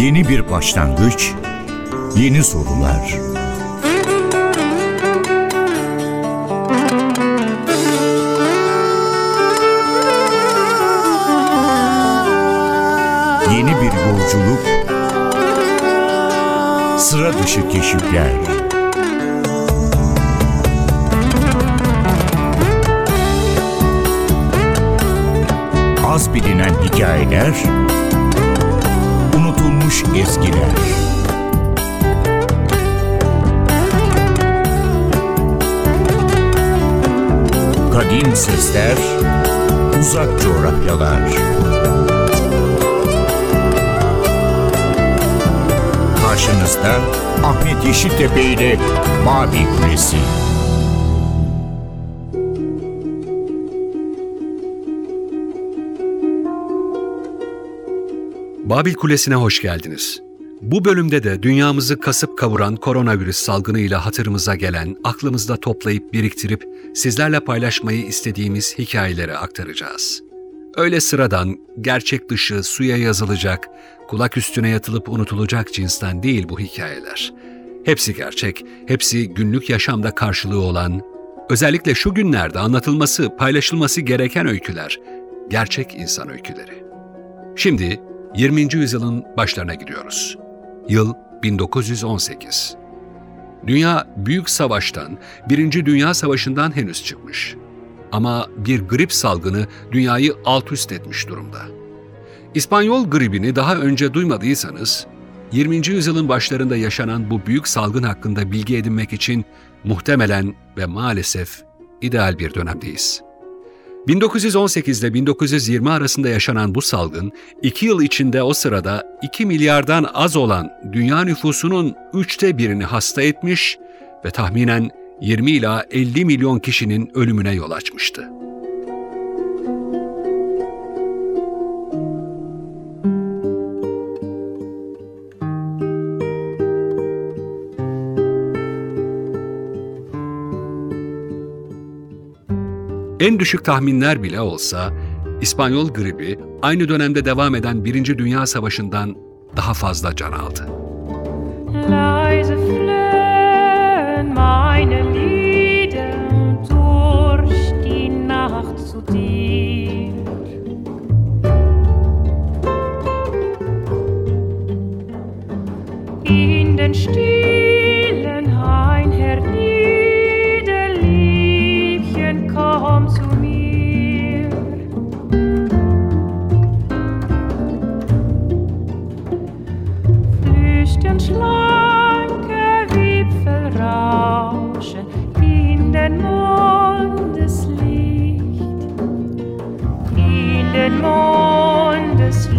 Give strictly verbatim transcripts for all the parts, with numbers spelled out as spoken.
Yeni bir başlangıç, yeni sorular. Yeni bir yolculuk, sıra dışı keşifler. Az bilinen hikayeler, unutulmuş ezgiler. Kadim sesler, uzak coğrafyalar. Karşınızda Ahmet Yeşiltepe ile Babil Kulesi. Babil Kulesi'ne hoş geldiniz. Bu bölümde de dünyamızı kasıp kavuran koronavirüs salgınıyla hatırımıza gelen, aklımızda toplayıp biriktirip sizlerle paylaşmayı istediğimiz hikayeleri aktaracağız. Öyle sıradan, gerçek dışı, suya yazılacak, kulak üstüne yatılıp unutulacak cinsten değil bu hikayeler. Hepsi gerçek, hepsi günlük yaşamda karşılığı olan, özellikle şu günlerde anlatılması, paylaşılması gereken öyküler, gerçek insan öyküleri. Şimdi yirminci yüzyılın başlarına gidiyoruz. Yıl bin dokuz yüz on sekiz. Dünya büyük savaştan, Birinci Dünya Savaşı'ndan henüz çıkmış. Ama bir grip salgını dünyayı alt üst etmiş durumda. İspanyol gribini daha önce duymadıysanız, yirminci yüzyılın başlarında yaşanan bu büyük salgın hakkında bilgi edinmek için muhtemelen ve maalesef ideal bir dönemdeyiz. bin dokuz yüz on sekiz ile bin dokuz yüz yirmi arasında yaşanan bu salgın, iki yıl içinde o sırada iki milyardan az olan dünya nüfusunun üçte birini hasta etmiş ve tahminen yirmi ila elli milyon kişinin ölümüne yol açmıştı. En düşük tahminler bile olsa, İspanyol gribi aynı dönemde devam eden Birinci Dünya Savaşı'ndan daha fazla can aldı. Leise flöhen meine Lieder durch die Nacht zu dir. In den stillen Hain hernieder, Liebchen, komm zu mir. Flüstern schlanke Wipfel rauschen in den Mondeslicht, in den Mondeslicht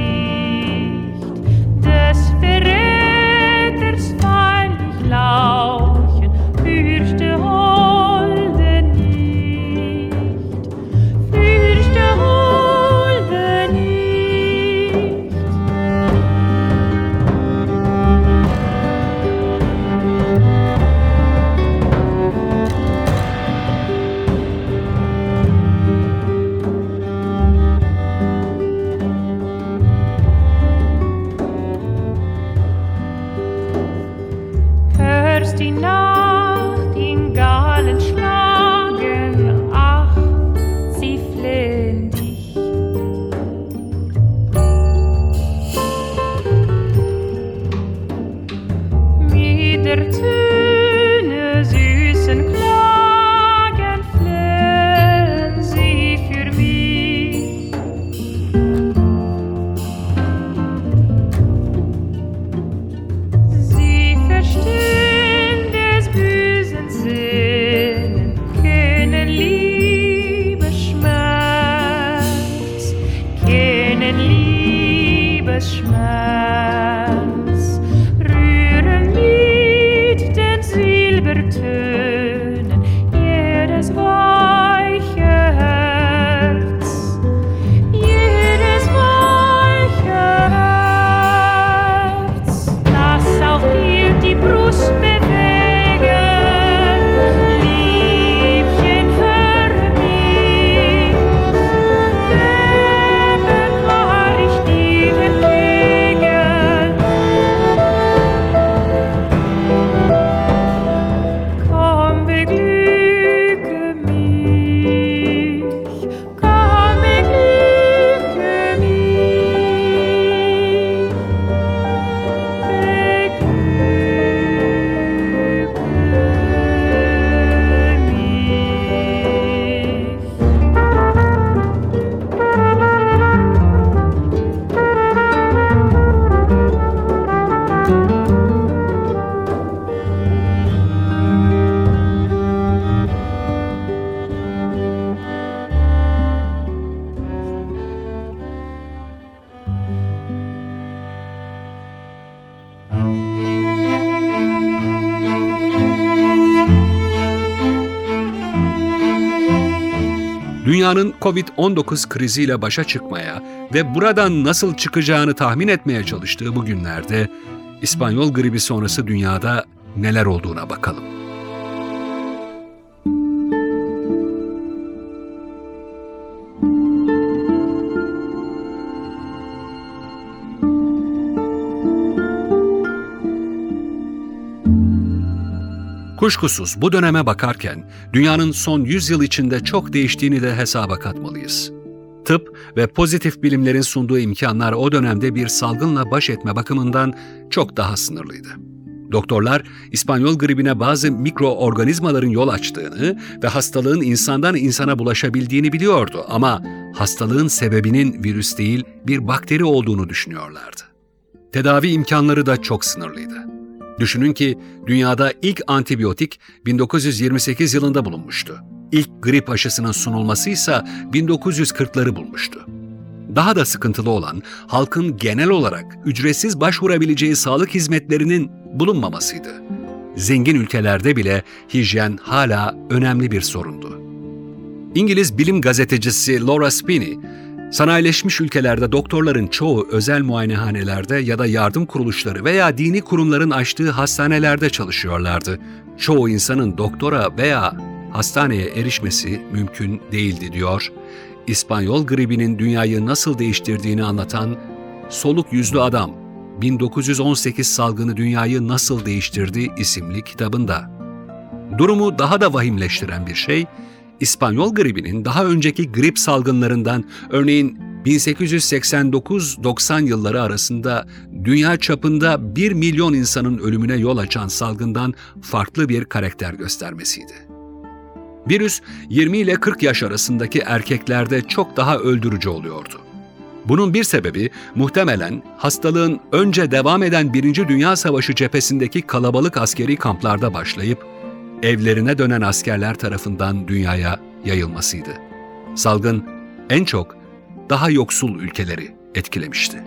des Verräters feindlich Lauchen. Fürchte holde nicht, fürchte holde nicht. Dünyanın kovid on dokuz kriziyle başa çıkmaya ve buradan nasıl çıkacağını tahmin etmeye çalıştığı bu günlerde İspanyol gribi sonrası dünyada neler olduğuna bakalım. Kuşkusuz bu döneme bakarken dünyanın son yüz yıl içinde çok değiştiğini de hesaba katmalıyız. Tıp ve pozitif bilimlerin sunduğu imkanlar o dönemde bir salgınla baş etme bakımından çok daha sınırlıydı. Doktorlar İspanyol gribine bazı mikroorganizmaların yol açtığını ve hastalığın insandan insana bulaşabildiğini biliyordu ama hastalığın sebebinin virüs değil bir bakteri olduğunu düşünüyorlardı. Tedavi imkanları da çok sınırlıydı. Düşünün ki dünyada ilk antibiyotik bin dokuz yüz yirmi sekiz yılında bulunmuştu. İlk grip aşısının sunulması ise bin dokuz yüz kırkları bulmuştu. Daha da sıkıntılı olan halkın genel olarak ücretsiz başvurabileceği sağlık hizmetlerinin bulunmamasıydı. Zengin ülkelerde bile hijyen hala önemli bir sorundu. İngiliz bilim gazetecisi Laura Spinney, sanayileşmiş ülkelerde doktorların çoğu özel muayenehanelerde ya da yardım kuruluşları veya dini kurumların açtığı hastanelerde çalışıyorlardı. Çoğu insanın doktora veya hastaneye erişmesi mümkün değildi diyor. İspanyol gribinin dünyayı nasıl değiştirdiğini anlatan Soluk Yüzlü Adam, bin dokuz yüz on sekiz Salgını Dünyayı Nasıl Değiştirdi isimli kitabında. Durumu daha da vahimleştiren bir şey, İspanyol gribinin daha önceki grip salgınlarından, örneğin bin sekiz yüz seksen dokuz doksan yılları arasında dünya çapında bir milyon insanın ölümüne yol açan salgından farklı bir karakter göstermesiydi. Virüs yirmi ile kırk yaş arasındaki erkeklerde çok daha öldürücü oluyordu. Bunun bir sebebi muhtemelen hastalığın önce devam eden Birinci Dünya Savaşı cephesindeki kalabalık askeri kamplarda başlayıp evlerine dönen askerler tarafından dünyaya yayılmasıydı. Salgın en çok daha yoksul ülkeleri etkilemişti.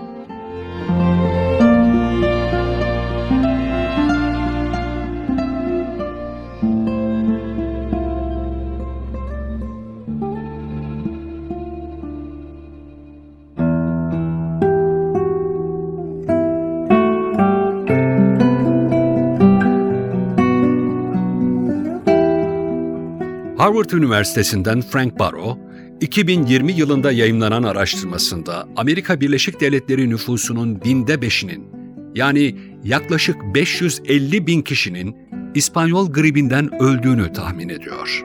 Harvard Üniversitesi'nden Frank Barrow, iki bin yirmi yılında yayımlanan araştırmasında Amerika Birleşik Devletleri nüfusunun binde beşinin, yani yaklaşık beş yüz elli bin kişinin İspanyol gribinden öldüğünü tahmin ediyor.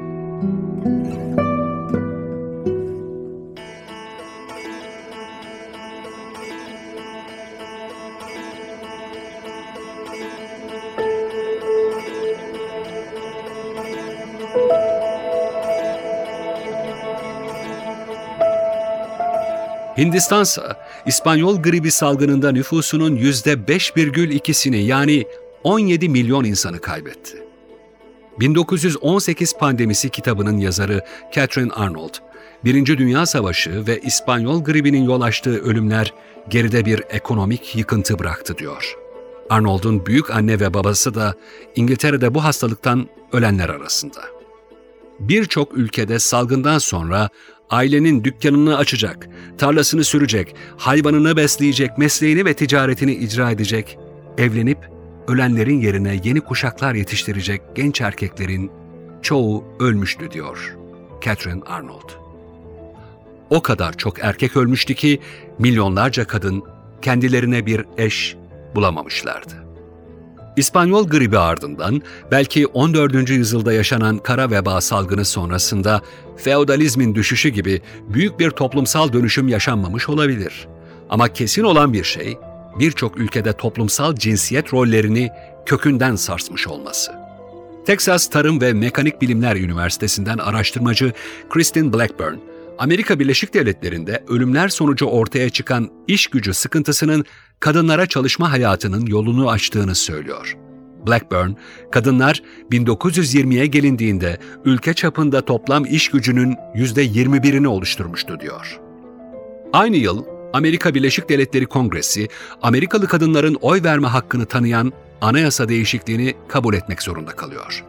Hindistan'sa İspanyol gribi salgınında nüfusunun yüzde beş virgül ikisini yani on yedi milyon insanı kaybetti. bin dokuz yüz on sekiz Pandemisi kitabının yazarı Catherine Arnold, Birinci Dünya Savaşı ve İspanyol gribinin yol açtığı ölümler geride bir ekonomik yıkıntı bıraktı diyor. Arnold'un büyük anne ve babası da İngiltere'de bu hastalıktan ölenler arasında. Birçok ülkede salgından sonra ailenin dükkanını açacak, tarlasını sürecek, hayvanını besleyecek, mesleğini ve ticaretini icra edecek, evlenip ölenlerin yerine yeni kuşaklar yetiştirecek genç erkeklerin çoğu ölmüştü diyor Catherine Arnold. O kadar çok erkek ölmüştü ki milyonlarca kadın kendilerine bir eş bulamamışlardı. İspanyol gribi ardından belki on dördüncü yüzyılda yaşanan kara veba salgını sonrasında feodalizmin düşüşü gibi büyük bir toplumsal dönüşüm yaşanmamış olabilir. Ama kesin olan bir şey, birçok ülkede toplumsal cinsiyet rollerini kökünden sarsmış olması. Texas Tarım ve Mekanik Bilimler Üniversitesi'nden araştırmacı Kristen Blackburn, Amerika Birleşik Devletleri'nde ölümler sonucu ortaya çıkan iş gücü sıkıntısının kadınlara çalışma hayatının yolunu açtığını söylüyor. Blackburn, kadınlar bin dokuz yüz yirmiye gelindiğinde ülke çapında toplam iş gücünün yüzde yirmi birini oluşturmuştu diyor. Aynı yıl Amerika Birleşik Devletleri Kongresi, Amerikalı kadınların oy verme hakkını tanıyan anayasa değişikliğini kabul etmek zorunda kalıyor.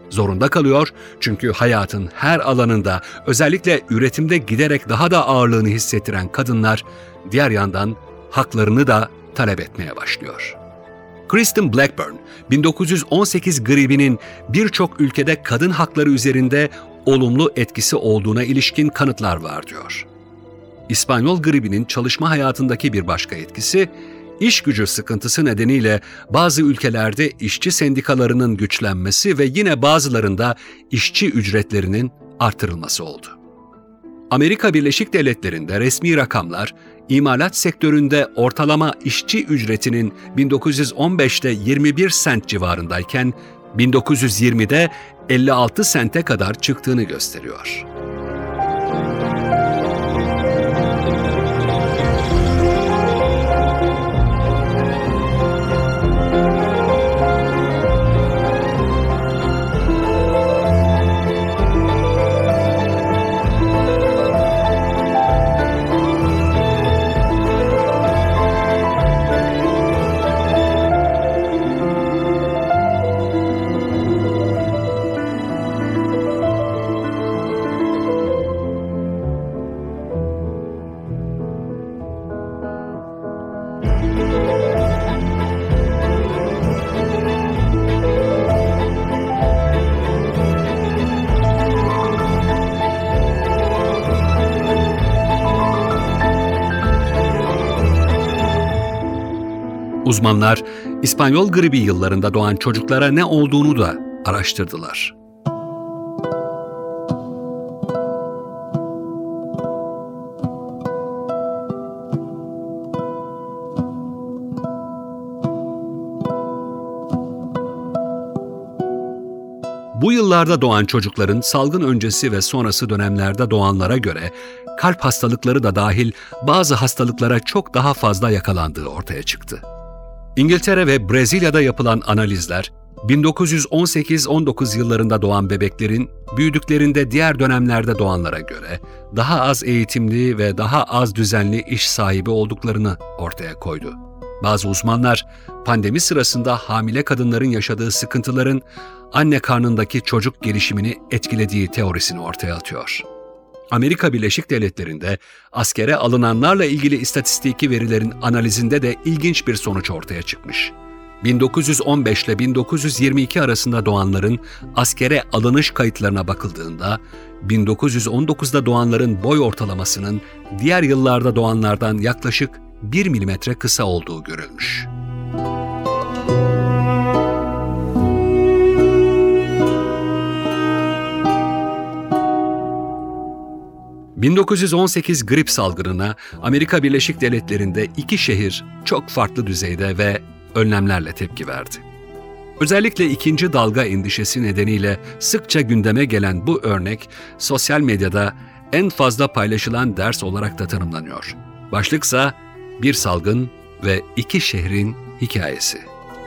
Zorunda kalıyor çünkü hayatın her alanında, özellikle üretimde giderek daha da ağırlığını hissettiren kadınlar, diğer yandan haklarını da talep etmeye başlıyor. Kristen Blackburn, bin dokuz yüz on sekiz gribinin birçok ülkede kadın hakları üzerinde olumlu etkisi olduğuna ilişkin kanıtlar var diyor. İspanyol gribinin çalışma hayatındaki bir başka etkisi, iş gücü sıkıntısı nedeniyle bazı ülkelerde işçi sendikalarının güçlenmesi ve yine bazılarında işçi ücretlerinin artırılması oldu. Amerika Birleşik Devletleri'nde resmi rakamlar, imalat sektöründe ortalama işçi ücretinin bin dokuz yüz on beşte yirmi bir sent civarındayken, bin dokuz yüz yirmide elli altı sente kadar çıktığını gösteriyor. Uzmanlar, İspanyol gribi yıllarında doğan çocuklara ne olduğunu da araştırdılar. Bu yıllarda doğan çocukların salgın öncesi ve sonrası dönemlerde doğanlara göre kalp hastalıkları da dahil bazı hastalıklara çok daha fazla yakalandığı ortaya çıktı. İngiltere ve Brezilya'da yapılan analizler, bin dokuz yüz on sekiz on dokuz yıllarında doğan bebeklerin büyüdüklerinde diğer dönemlerde doğanlara göre daha az eğitimli ve daha az düzenli iş sahibi olduklarını ortaya koydu. Bazı uzmanlar, pandemi sırasında hamile kadınların yaşadığı sıkıntıların anne karnındaki çocuk gelişimini etkilediği teorisini ortaya atıyor. Amerika Birleşik Devletleri'nde askere alınanlarla ilgili istatistiki verilerin analizinde de ilginç bir sonuç ortaya çıkmış. bin dokuz yüz on beş ile bin dokuz yüz yirmi iki arasında doğanların askere alınış kayıtlarına bakıldığında, bin dokuz yüz on dokuzda doğanların boy ortalamasının diğer yıllarda doğanlardan yaklaşık bir milimetre kısa olduğu görülmüş. bin dokuz yüz on sekiz grip salgınına Amerika Birleşik Devletleri'nde iki şehir çok farklı düzeyde ve önlemlerle tepki verdi. Özellikle ikinci dalga endişesi nedeniyle sıkça gündeme gelen bu örnek, sosyal medyada en fazla paylaşılan ders olarak da tanımlanıyor. Başlıksa bir salgın ve iki şehrin hikayesi.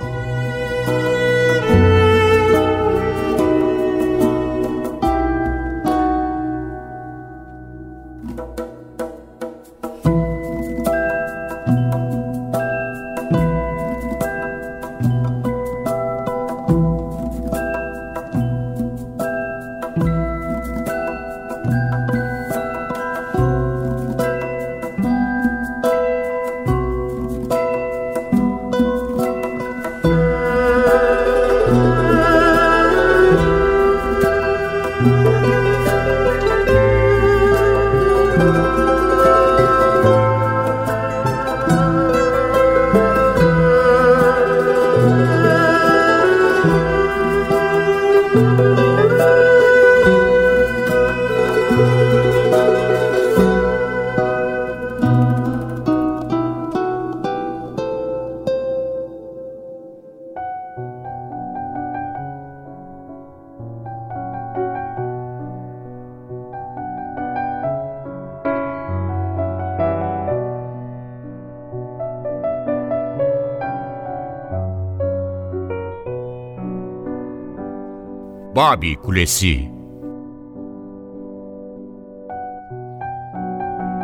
Babil Kulesi.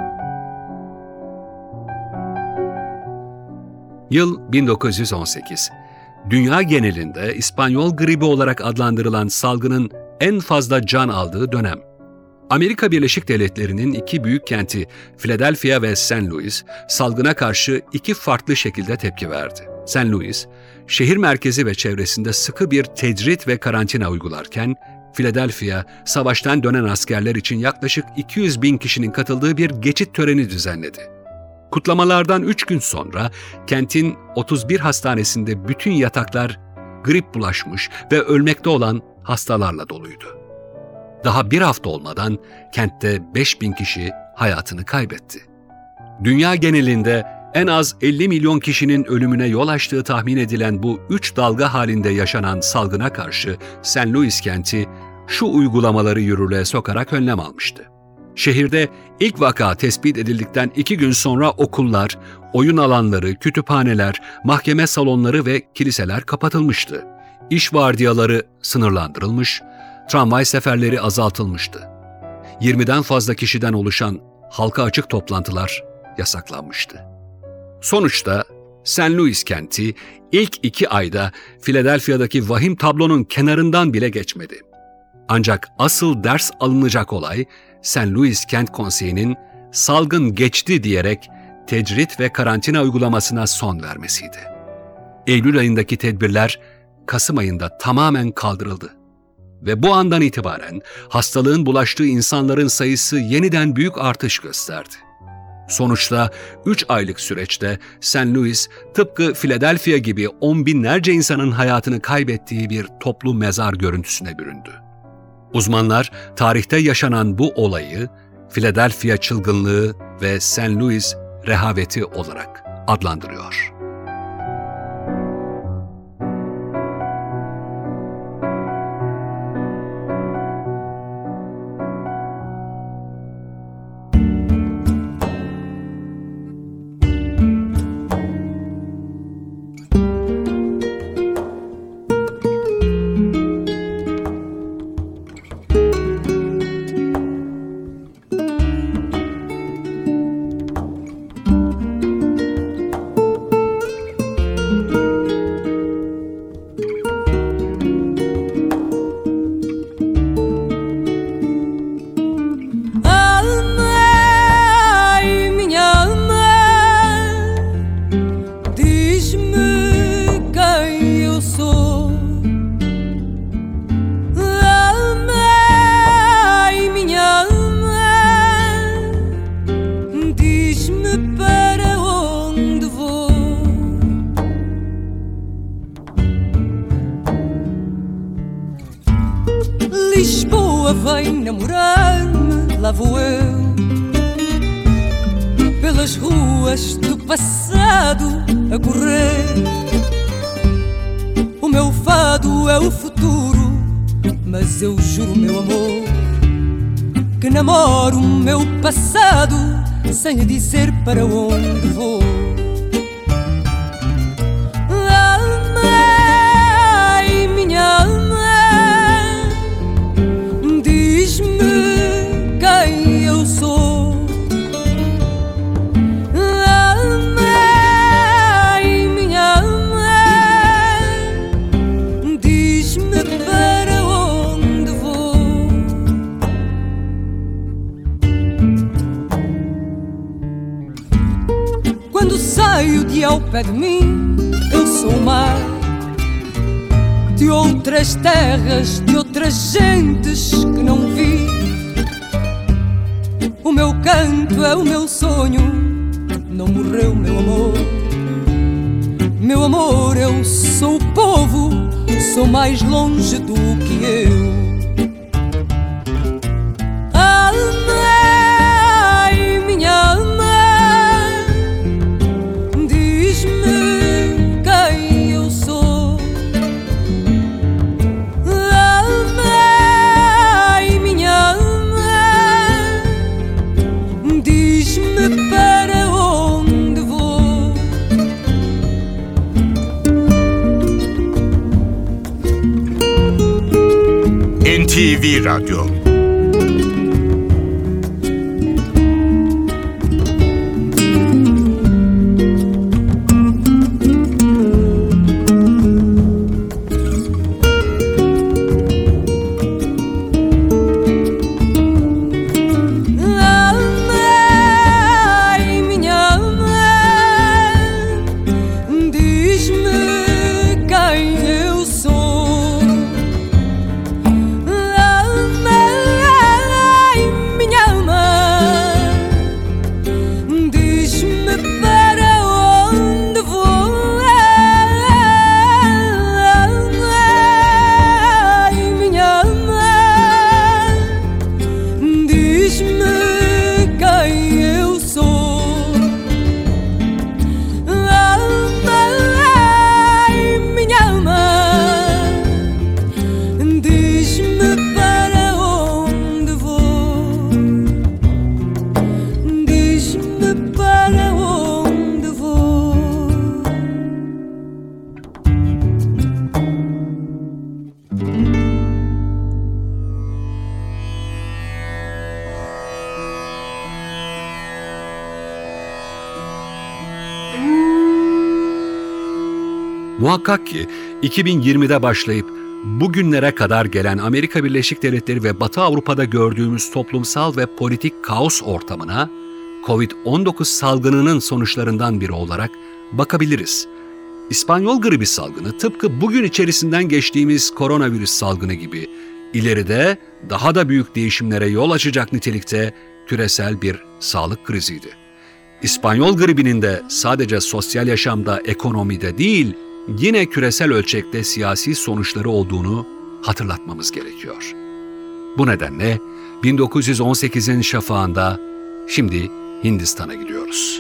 Yıl bin dokuz yüz on sekiz. Dünya genelinde İspanyol gribi olarak adlandırılan salgının en fazla can aldığı dönem. Amerika Birleşik Devletleri'nin iki büyük kenti Philadelphia ve Saint Louis salgına karşı iki farklı şekilde tepki verdi. Saint Louis, şehir merkezi ve çevresinde sıkı bir tecrit ve karantina uygularken, Philadelphia, savaştan dönen askerler için yaklaşık iki yüz bin kişinin katıldığı bir geçit töreni düzenledi. Kutlamalardan üç gün sonra kentin otuz bir hastanesinde bütün yataklar grip bulaşmış ve ölmekte olan hastalarla doluydu. Daha bir hafta olmadan kentte beş bin kişi hayatını kaybetti. Dünya genelinde en az elli milyon kişinin ölümüne yol açtığı tahmin edilen bu üç dalga halinde yaşanan salgına karşı Saint Louis kenti şu uygulamaları yürürlüğe sokarak önlem almıştı. Şehirde ilk vaka tespit edildikten iki gün sonra okullar, oyun alanları, kütüphaneler, mahkeme salonları ve kiliseler kapatılmıştı. İş vardiyaları sınırlandırılmış, tramvay seferleri azaltılmıştı. yirmiden fazla kişiden oluşan halka açık toplantılar yasaklanmıştı. Sonuçta Saint Louis kenti ilk iki ayda Philadelphia'daki vahim tablonun kenarından bile geçmedi. Ancak asıl ders alınacak olay Saint Louis Kent Konseyi'nin salgın geçti diyerek tecrit ve karantina uygulamasına son vermesiydi. Eylül ayındaki tedbirler Kasım ayında tamamen kaldırıldı. Ve bu andan itibaren hastalığın bulaştığı insanların sayısı yeniden büyük artış gösterdi. Sonuçta üç aylık süreçte Saint Louis tıpkı Philadelphia gibi on binlerce insanın hayatını kaybettiği bir toplu mezar görüntüsüne büründü. Uzmanlar tarihte yaşanan bu olayı Philadelphia çılgınlığı ve Saint Louis rehaveti olarak adlandırıyor. Lisboa vem namorar-me, lá vou eu, pelas ruas do passado a correr. O meu fado é o futuro, mas eu juro, meu amor, que namoro o meu passado sem lhe dizer para onde vou. Amei, minha alma, diz-me quem eu sou. Amei, minha alma, diz-me para onde vou. Quando saio de ao pé de mim, eu sou o mar de outras terras, de outras gentes que não vi. O meu canto é o meu sonho, não morreu, meu amor. Meu amor, eu sou o povo, sou mais longe do que eu. Alma, minha alma, diz-me quem eu sou. Alma, minha alma, diz-me para onde vou. N T V Radyo. Muhakkak ki iki bin yirmide başlayıp bugünlere kadar gelen Amerika Birleşik Devletleri ve Batı Avrupa'da gördüğümüz toplumsal ve politik kaos ortamına kovid on dokuz salgınının sonuçlarından biri olarak bakabiliriz. İspanyol gribi salgını tıpkı bugün içerisinden geçtiğimiz koronavirüs salgını gibi ileride daha da büyük değişimlere yol açacak nitelikte küresel bir sağlık kriziydi. İspanyol gribinin de sadece sosyal yaşamda, ekonomide değil, yine küresel ölçekte siyasi sonuçları olduğunu hatırlatmamız gerekiyor. Bu nedenle bin dokuz yüz on sekizin şafağında şimdi Hindistan'a gidiyoruz.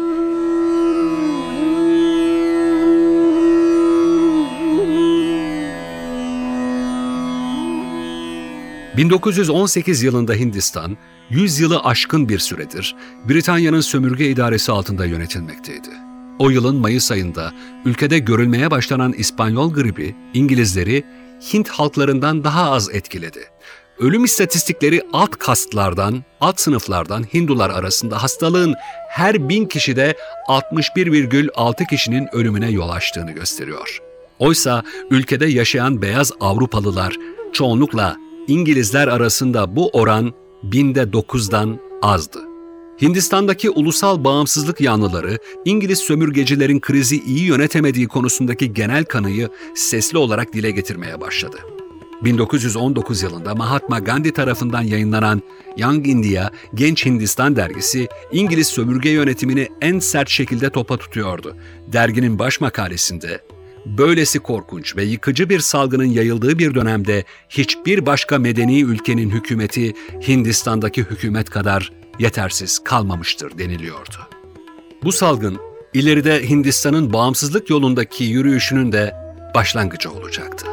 bin dokuz yüz on sekiz yılında Hindistan, yüz yılı aşkın bir süredir Britanya'nın sömürge idaresi altında yönetilmekteydi. O yılın Mayıs ayında ülkede görülmeye başlanan İspanyol gribi İngilizleri Hint halklarından daha az etkiledi. Ölüm istatistikleri alt kastlardan, alt sınıflardan Hindular arasında hastalığın her bin kişide altmış bir virgül altı kişinin ölümüne yol açtığını gösteriyor. Oysa ülkede yaşayan beyaz Avrupalılar çoğunlukla İngilizler arasında bu oran binde dokuzdan azdı. Hindistan'daki ulusal bağımsızlık yanlıları İngiliz sömürgecilerin krizi iyi yönetemediği konusundaki genel kanıyı sesli olarak dile getirmeye başladı. bin dokuz yüz on dokuz yılında Mahatma Gandhi tarafından yayınlanan Young India, Genç Hindistan dergisi İngiliz sömürge yönetimini en sert şekilde topa tutuyordu. Derginin baş makalesinde, böylesi korkunç ve yıkıcı bir salgının yayıldığı bir dönemde hiçbir başka medeni ülkenin hükümeti Hindistan'daki hükümet kadar yetersiz kalmamıştır deniliyordu. Bu salgın ileride Hindistan'ın bağımsızlık yolundaki yürüyüşünün de başlangıcı olacaktı.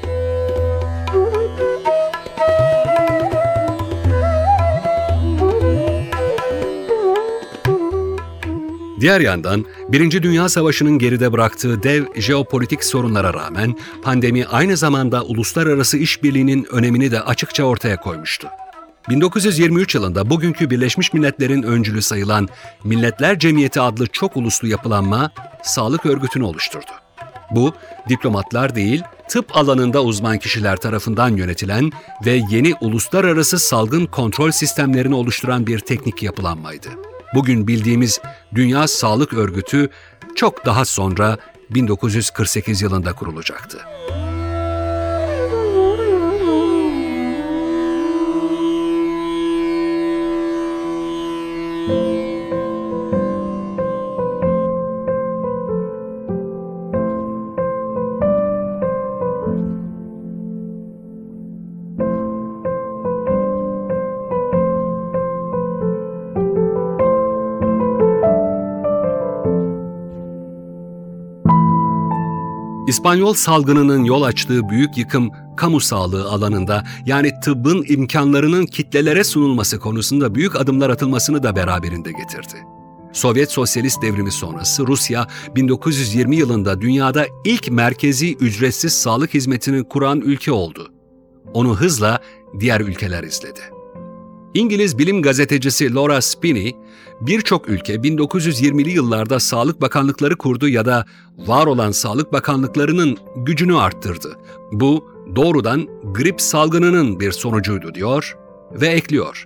Diğer yandan Birinci Dünya Savaşı'nın geride bıraktığı dev jeopolitik sorunlara rağmen pandemi aynı zamanda uluslararası işbirliğinin önemini de açıkça ortaya koymuştu. bin dokuz yüz yirmi üç yılında bugünkü Birleşmiş Milletler'in öncülü sayılan Milletler Cemiyeti adlı çok uluslu yapılanma sağlık örgütünü oluşturdu. Bu, diplomatlar değil, tıp alanında uzman kişiler tarafından yönetilen ve yeni uluslararası salgın kontrol sistemlerini oluşturan bir teknik yapılanmaydı. Bugün bildiğimiz Dünya Sağlık Örgütü çok daha sonra bin dokuz yüz kırk sekiz yılında kurulacaktı. İspanyol salgınının yol açtığı büyük yıkım kamu sağlığı alanında, yani tıbbın imkanlarının kitlelere sunulması konusunda büyük adımlar atılmasını da beraberinde getirdi. Sovyet Sosyalist Devrimi sonrası Rusya bin dokuz yüz yirmi yılında dünyada ilk merkezi ücretsiz sağlık hizmetini kuran ülke oldu. Onu hızla diğer ülkeler izledi. İngiliz bilim gazetecisi Laura Spinney, birçok ülke bin dokuz yüz yirmili yıllarda sağlık bakanlıkları kurdu ya da var olan sağlık bakanlıklarının gücünü arttırdı. Bu doğrudan grip salgınının bir sonucuydu diyor ve ekliyor.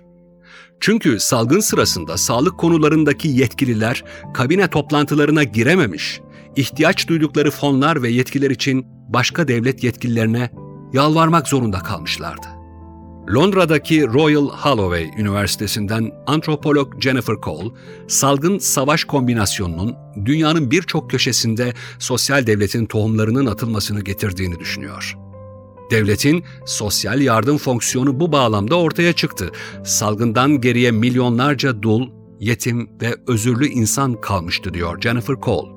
Çünkü salgın sırasında sağlık konularındaki yetkililer kabine toplantılarına girememiş, ihtiyaç duydukları fonlar ve yetkiler için başka devlet yetkililerine yalvarmak zorunda kalmışlardı. Londra'daki Royal Holloway Üniversitesi'nden antropolog Jennifer Cole, salgın savaş kombinasyonunun dünyanın birçok köşesinde sosyal devletin tohumlarının atılmasını getirdiğini düşünüyor. Devletin sosyal yardım fonksiyonu bu bağlamda ortaya çıktı. Salgından geriye milyonlarca dul, yetim ve özürlü insan kalmıştı diyor Jennifer Cole.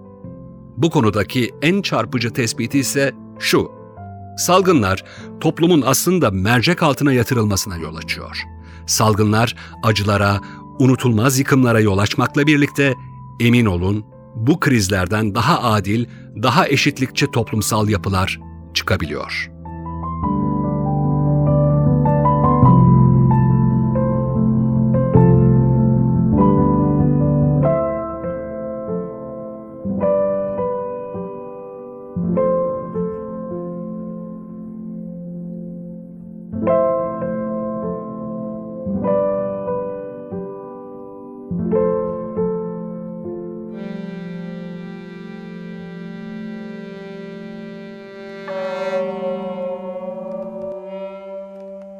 Bu konudaki en çarpıcı tespiti ise şu: salgınlar toplumun aslında mercek altına yatırılmasına yol açıyor. Salgınlar acılara, unutulmaz yıkımlara yol açmakla birlikte emin olun bu krizlerden daha adil, daha eşitlikçi toplumsal yapılar çıkabiliyor.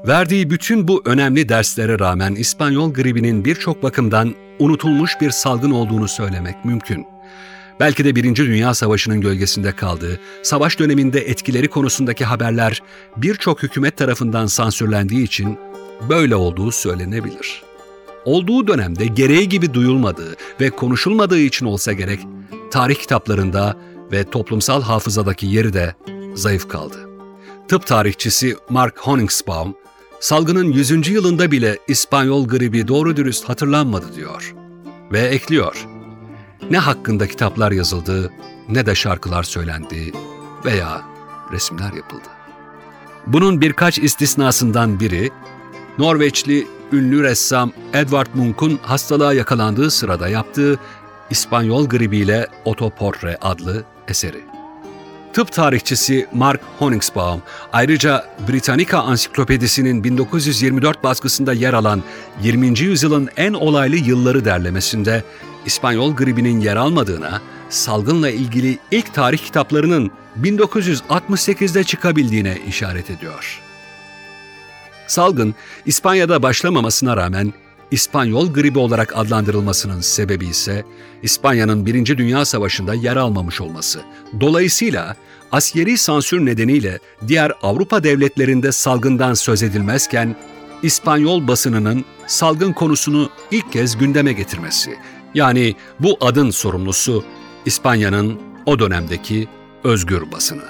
Verdiği bütün bu önemli derslere rağmen İspanyol gribinin birçok bakımdan unutulmuş bir salgın olduğunu söylemek mümkün. Belki de Birinci Dünya Savaşı'nın gölgesinde kaldığı, savaş döneminde etkileri konusundaki haberler birçok hükümet tarafından sansürlendiği için böyle olduğu söylenebilir. Olduğu dönemde gereği gibi duyulmadığı ve konuşulmadığı için olsa gerek, tarih kitaplarında ve toplumsal hafızadaki yeri de zayıf kaldı. Tıp tarihçisi Mark Honingsbaum, salgının yüzüncü yılında bile İspanyol gribi doğru dürüst hatırlanmadı diyor. Ve ekliyor, ne hakkında kitaplar yazıldı, ne de şarkılar söylendi veya resimler yapıldı. Bunun birkaç istisnasından biri, Norveçli ünlü ressam Edvard Munch'un hastalığa yakalandığı sırada yaptığı İspanyol gribiyle Otoportre adlı eseri. Tıp tarihçisi Mark Honingsbaum, ayrıca Britannica Ansiklopedisi'nin bin dokuz yüz yirmi dört baskısında yer alan yirminci yüzyılın en olaylı yılları derlemesinde İspanyol gribinin yer almadığına, salgınla ilgili ilk tarih kitaplarının bin dokuz yüz altmış sekizde çıkabildiğine işaret ediyor. Salgın, İspanya'da başlamamasına rağmen İspanyol gribi olarak adlandırılmasının sebebi ise İspanya'nın Birinci Dünya Savaşı'nda yer almamış olması. Dolayısıyla askeri sansür nedeniyle diğer Avrupa devletlerinde salgından söz edilmezken İspanyol basınının salgın konusunu ilk kez gündeme getirmesi. Yani bu adın sorumlusu İspanya'nın o dönemdeki özgür basını.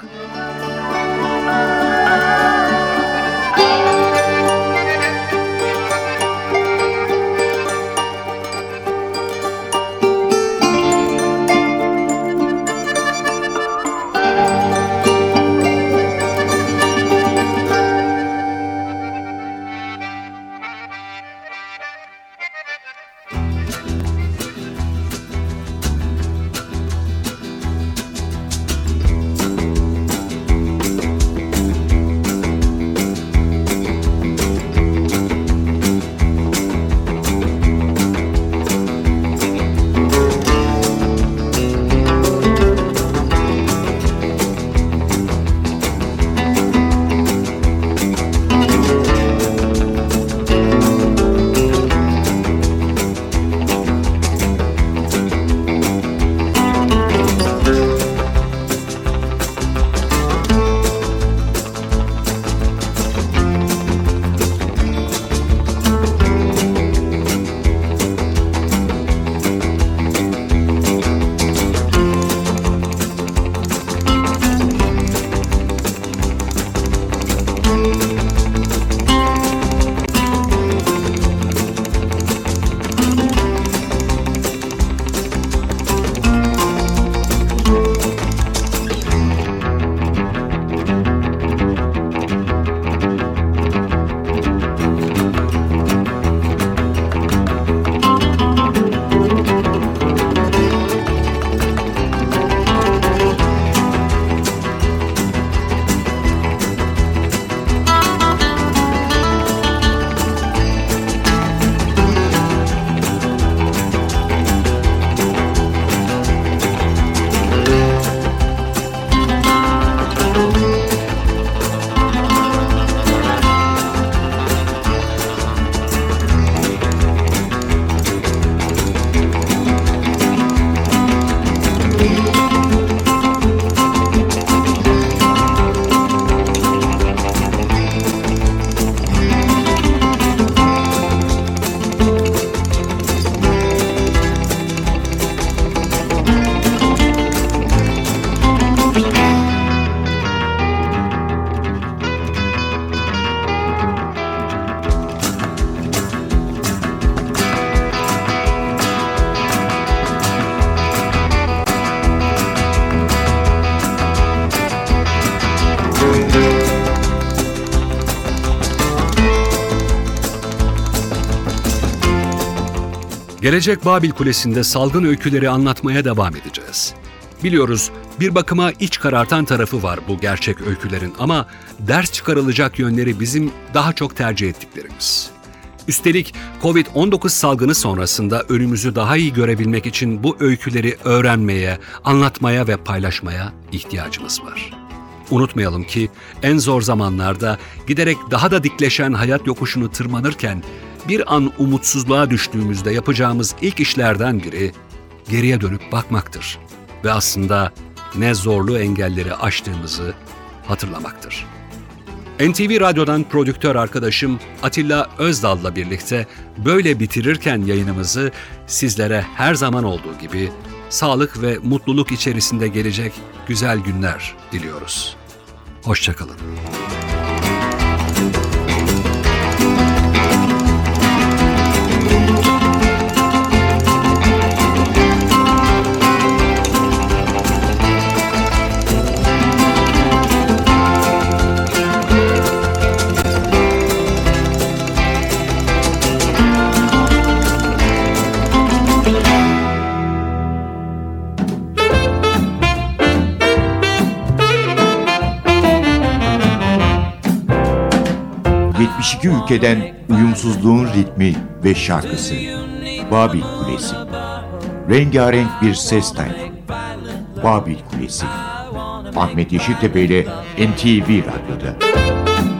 Gelecek Babil Kulesi'nde salgın öyküleri anlatmaya devam edeceğiz. Biliyoruz, bir bakıma iç karartan tarafı var bu gerçek öykülerin ama ders çıkarılacak yönleri bizim daha çok tercih ettiklerimiz. Üstelik kovid on dokuz salgını sonrasında önümüzü daha iyi görebilmek için bu öyküleri öğrenmeye, anlatmaya ve paylaşmaya ihtiyacımız var. Unutmayalım ki en zor zamanlarda giderek daha da dikleşen hayat yokuşunu tırmanırken bir an umutsuzluğa düştüğümüzde yapacağımız ilk işlerden biri geriye dönüp bakmaktır ve aslında ne zorlu engelleri aştığımızı hatırlamaktır. N T V Radyo'dan prodüktör arkadaşım Atilla Özdal'la birlikte böyle bitirirken yayınımızı sizlere her zaman olduğu gibi sağlık ve mutluluk içerisinde gelecek güzel günler diliyoruz. Hoşça kalın. yetmiş iki ülkeden uyumsuzluğun ritmi ve şarkısı. Babil Kulesi. Rengarenk bir ses tayfı. Babil Kulesi. Ahmet Yeşiltepe ile N T V Radyo'da.